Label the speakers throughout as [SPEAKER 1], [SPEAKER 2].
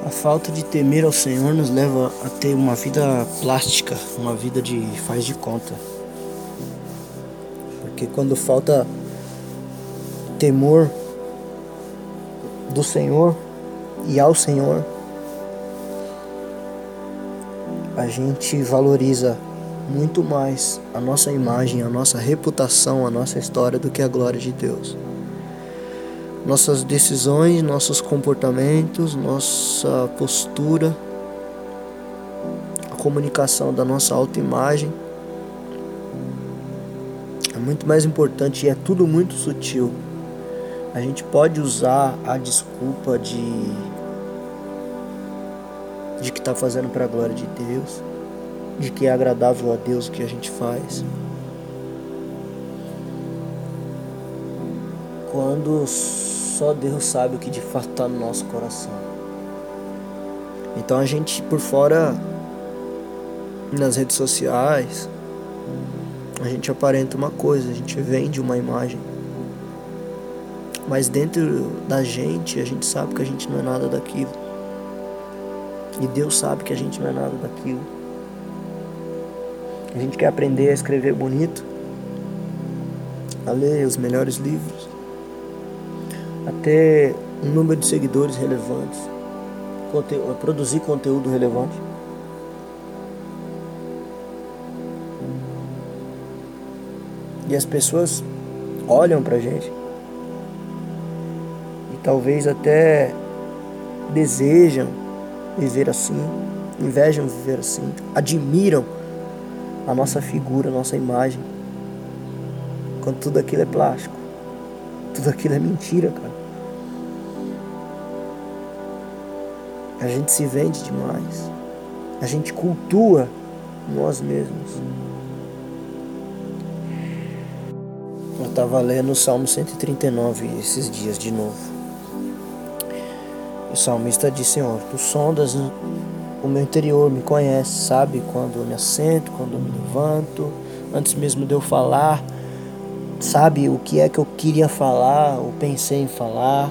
[SPEAKER 1] A falta de temer ao Senhor nos leva a ter uma vida plástica, uma vida de faz de conta. Porque quando falta temor do Senhor e ao Senhor, a gente valoriza muito mais a nossa imagem, a nossa reputação, a nossa história do que a glória de Deus. Nossas decisões, nossos comportamentos, nossa postura, a comunicação da nossa autoimagem é muito mais importante e é tudo muito sutil. A gente pode usar a desculpa de que está fazendo para a glória de Deus, de que é agradável a Deus o que a gente faz, quando só Deus sabe o que de fato está no nosso coração. Então a gente por fora, nas redes sociais, a gente aparenta uma coisa, a gente vende uma imagem, mas dentro da gente, a gente sabe que a gente não é nada daquilo, e Deus sabe que a gente não é nada daquilo. A gente quer aprender a escrever bonito, a ler os melhores livros, a ter um número de seguidores relevantes, a produzir conteúdo relevante. E as pessoas olham pra gente e talvez até desejam viver assim, invejam viver assim, admiram a nossa figura, a nossa imagem, quando tudo aquilo é plástico, tudo aquilo é mentira, cara. A gente se vende demais, a gente cultua nós mesmos. Eu estava lendo o Salmo 139 esses dias de novo. O salmista diz: Senhor, tu sondas o meu interior, me conhece, sabe quando eu me assento, quando eu me levanto, antes mesmo de eu falar, sabe o que é que eu queria falar, ou pensei em falar.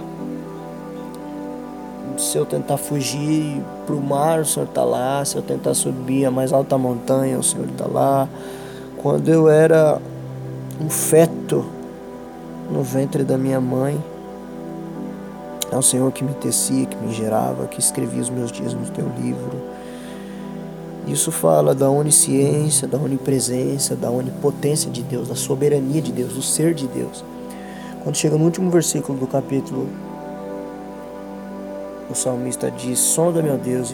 [SPEAKER 1] Se eu tentar fugir pro mar, o Senhor está lá. Se eu tentar subir a mais alta montanha, o Senhor está lá. Quando eu era um feto no ventre da minha mãe, é o Senhor que me tecia, que me gerava, que escrevia os meus dias no teu livro. Isso fala da onisciência, da onipresença, da onipotência de Deus, da soberania de Deus, do ser de Deus. Quando chega no último versículo do capítulo, o salmista diz: sonda, meu Deus,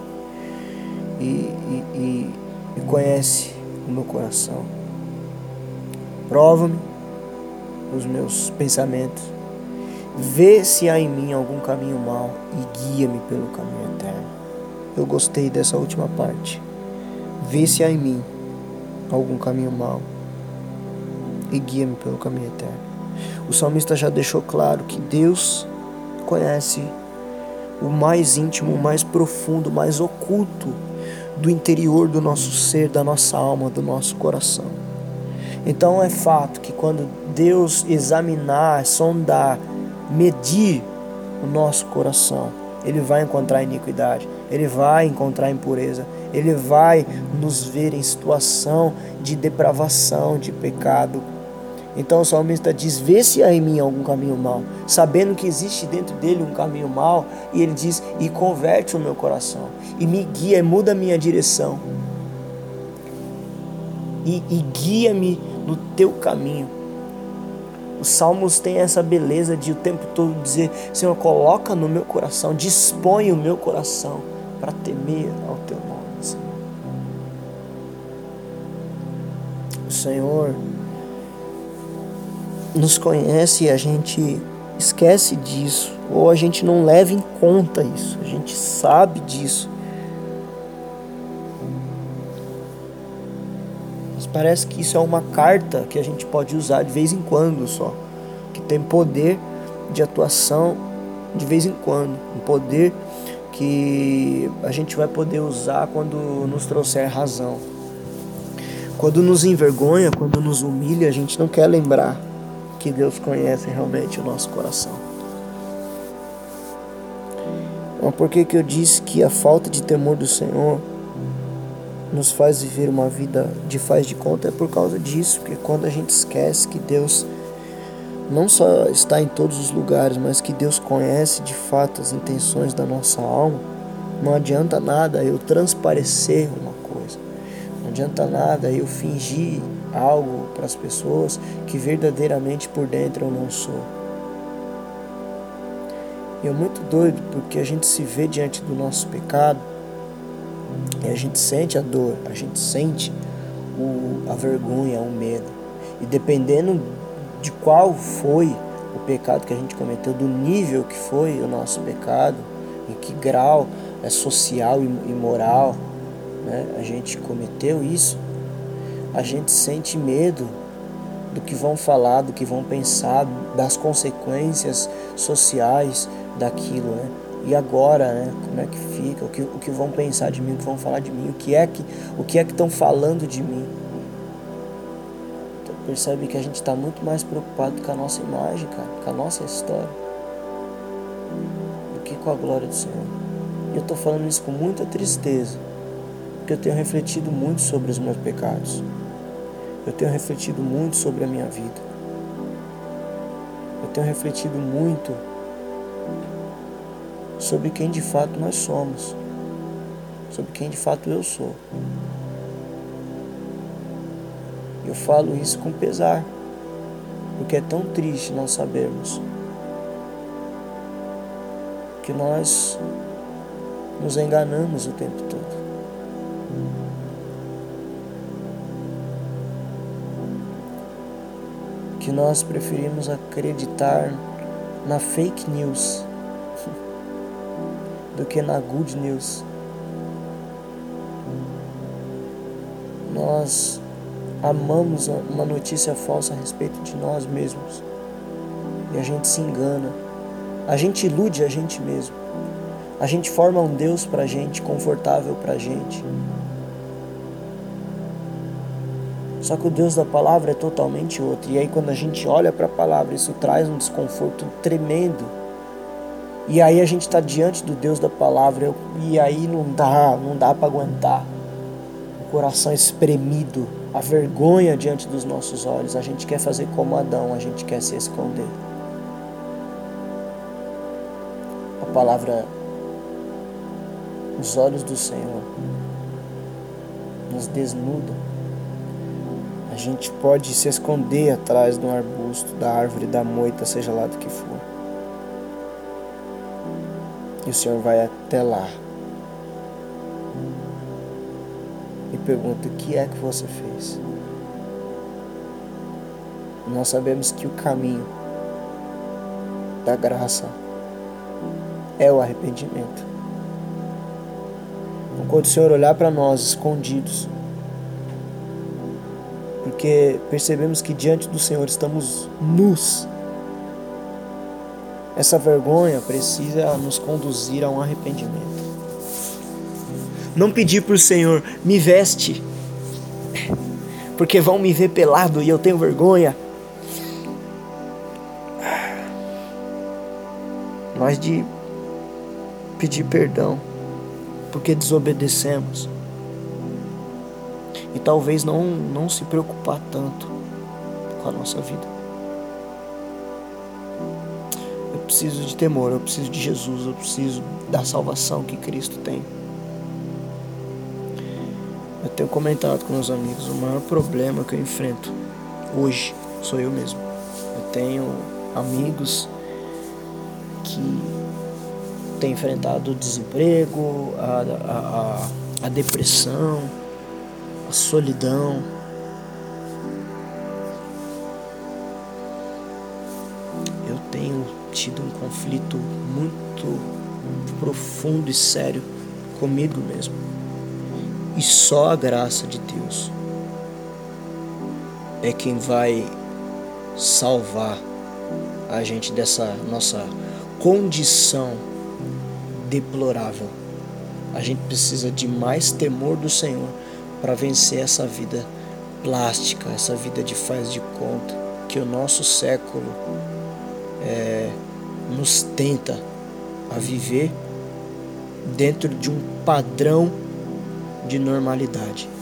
[SPEAKER 1] e conhece o meu coração. Prova-me os meus pensamentos. Vê se há em mim algum caminho mau e guia-me pelo caminho eterno. Eu gostei dessa última parte. Vê se há em mim algum caminho mau e guia-me pelo caminho eterno. O salmista já deixou claro que Deus conhece o mais íntimo, o mais profundo, o mais oculto do interior do nosso ser, da nossa alma, do nosso coração. Então é fato que quando Deus examinar, sondar, medir o nosso coração, Ele vai encontrar iniquidade, Ele vai encontrar impureza, Ele vai nos ver em situação de depravação, de pecado. Então o salmista diz: vê se há em mim algum caminho mau, sabendo que existe dentro dele um caminho mau, e ele diz: e converte o meu coração, e me guia, e muda a minha direção, e guia-me no teu caminho. Os salmos têm essa beleza de o tempo todo dizer: Senhor, coloca no meu coração, dispõe o meu coração para temer ao teu nome, Senhor. O Senhor nos conhece e a gente esquece disso, ou a gente não leva em conta isso, a gente sabe disso, mas parece que isso é uma carta que a gente pode usar de vez em quando só, que tem poder de atuação de vez em quando, um poder que a gente vai poder usar quando nos trouxer razão. Quando nos envergonha, quando nos humilha, a gente não quer lembrar que Deus conhece realmente o nosso coração. Mas por que eu disse que a falta de temor do Senhor nos faz viver uma vida de faz de conta? É por causa disso, porque quando a gente esquece que Deus não só está em todos os lugares, mas que Deus conhece de fato as intenções da nossa alma, não adianta nada eu transparecer uma coisa, não adianta nada eu fingir algo para as pessoas que verdadeiramente por dentro eu não sou. E é muito doido, porque a gente se vê diante do nosso pecado e a gente sente a dor, a gente sente a vergonha, o medo. E dependendo de qual foi o pecado que a gente cometeu, do nível que foi o nosso pecado, em que grau social e moral, né, a gente cometeu isso, a gente sente medo do que vão falar, do que vão pensar, das consequências sociais daquilo, né? E agora, né? Como é que fica? O que vão pensar de mim? O que vão falar de mim? O que é que estão falando de mim? Então, percebe que a gente está muito mais preocupado com a nossa imagem, cara, com a nossa história, do que com a glória do Senhor. E eu estou falando isso com muita tristeza, porque eu tenho refletido muito sobre os meus pecados. Eu tenho refletido muito sobre a minha vida. Eu tenho refletido muito sobre quem de fato nós somos, sobre quem de fato eu sou. Eu falo isso com pesar, porque é tão triste nós sabermos que nós nos enganamos o tempo todo. Que nós preferimos acreditar na fake news do que na good news. Nós amamos uma notícia falsa a respeito de nós mesmos e a gente se engana, a gente ilude a gente mesmo, a gente forma um Deus pra gente, confortável pra gente. Só que o Deus da palavra é totalmente outro. E aí quando a gente olha para a palavra, isso traz um desconforto tremendo. E aí a gente está diante do Deus da palavra e aí não dá para aguentar. O coração espremido, a vergonha diante dos nossos olhos. A gente quer fazer como Adão, a gente quer se esconder. A palavra, os olhos do Senhor nos desnudam. A gente pode se esconder atrás de um arbusto, da árvore, da moita, seja lá do que for. E o Senhor vai até lá e pergunta: o que é que você fez? Nós sabemos que o caminho da graça é o arrependimento. Então, quando o Senhor olhar para nós escondidos, porque percebemos que diante do Senhor estamos nus, essa vergonha precisa nos conduzir a um arrependimento. Não pedir para o Senhor: me veste, porque vão me ver pelado e eu tenho vergonha. Mas de pedir perdão, porque desobedecemos. E talvez não se preocupar tanto com a nossa vida. Eu preciso de temor, eu preciso de Jesus, eu preciso da salvação que Cristo tem. Eu tenho comentado com meus amigos, o maior problema que eu enfrento hoje sou eu mesmo. Eu tenho amigos que têm enfrentado o desemprego, a depressão, a solidão. Eu tenho tido um conflito muito profundo e sério comigo mesmo. E só a graça de Deus é quem vai salvar a gente dessa nossa condição deplorável. A gente precisa de mais temor do Senhor para vencer essa vida plástica, essa vida de faz de conta que o nosso século nos tenta a viver dentro de um padrão de normalidade.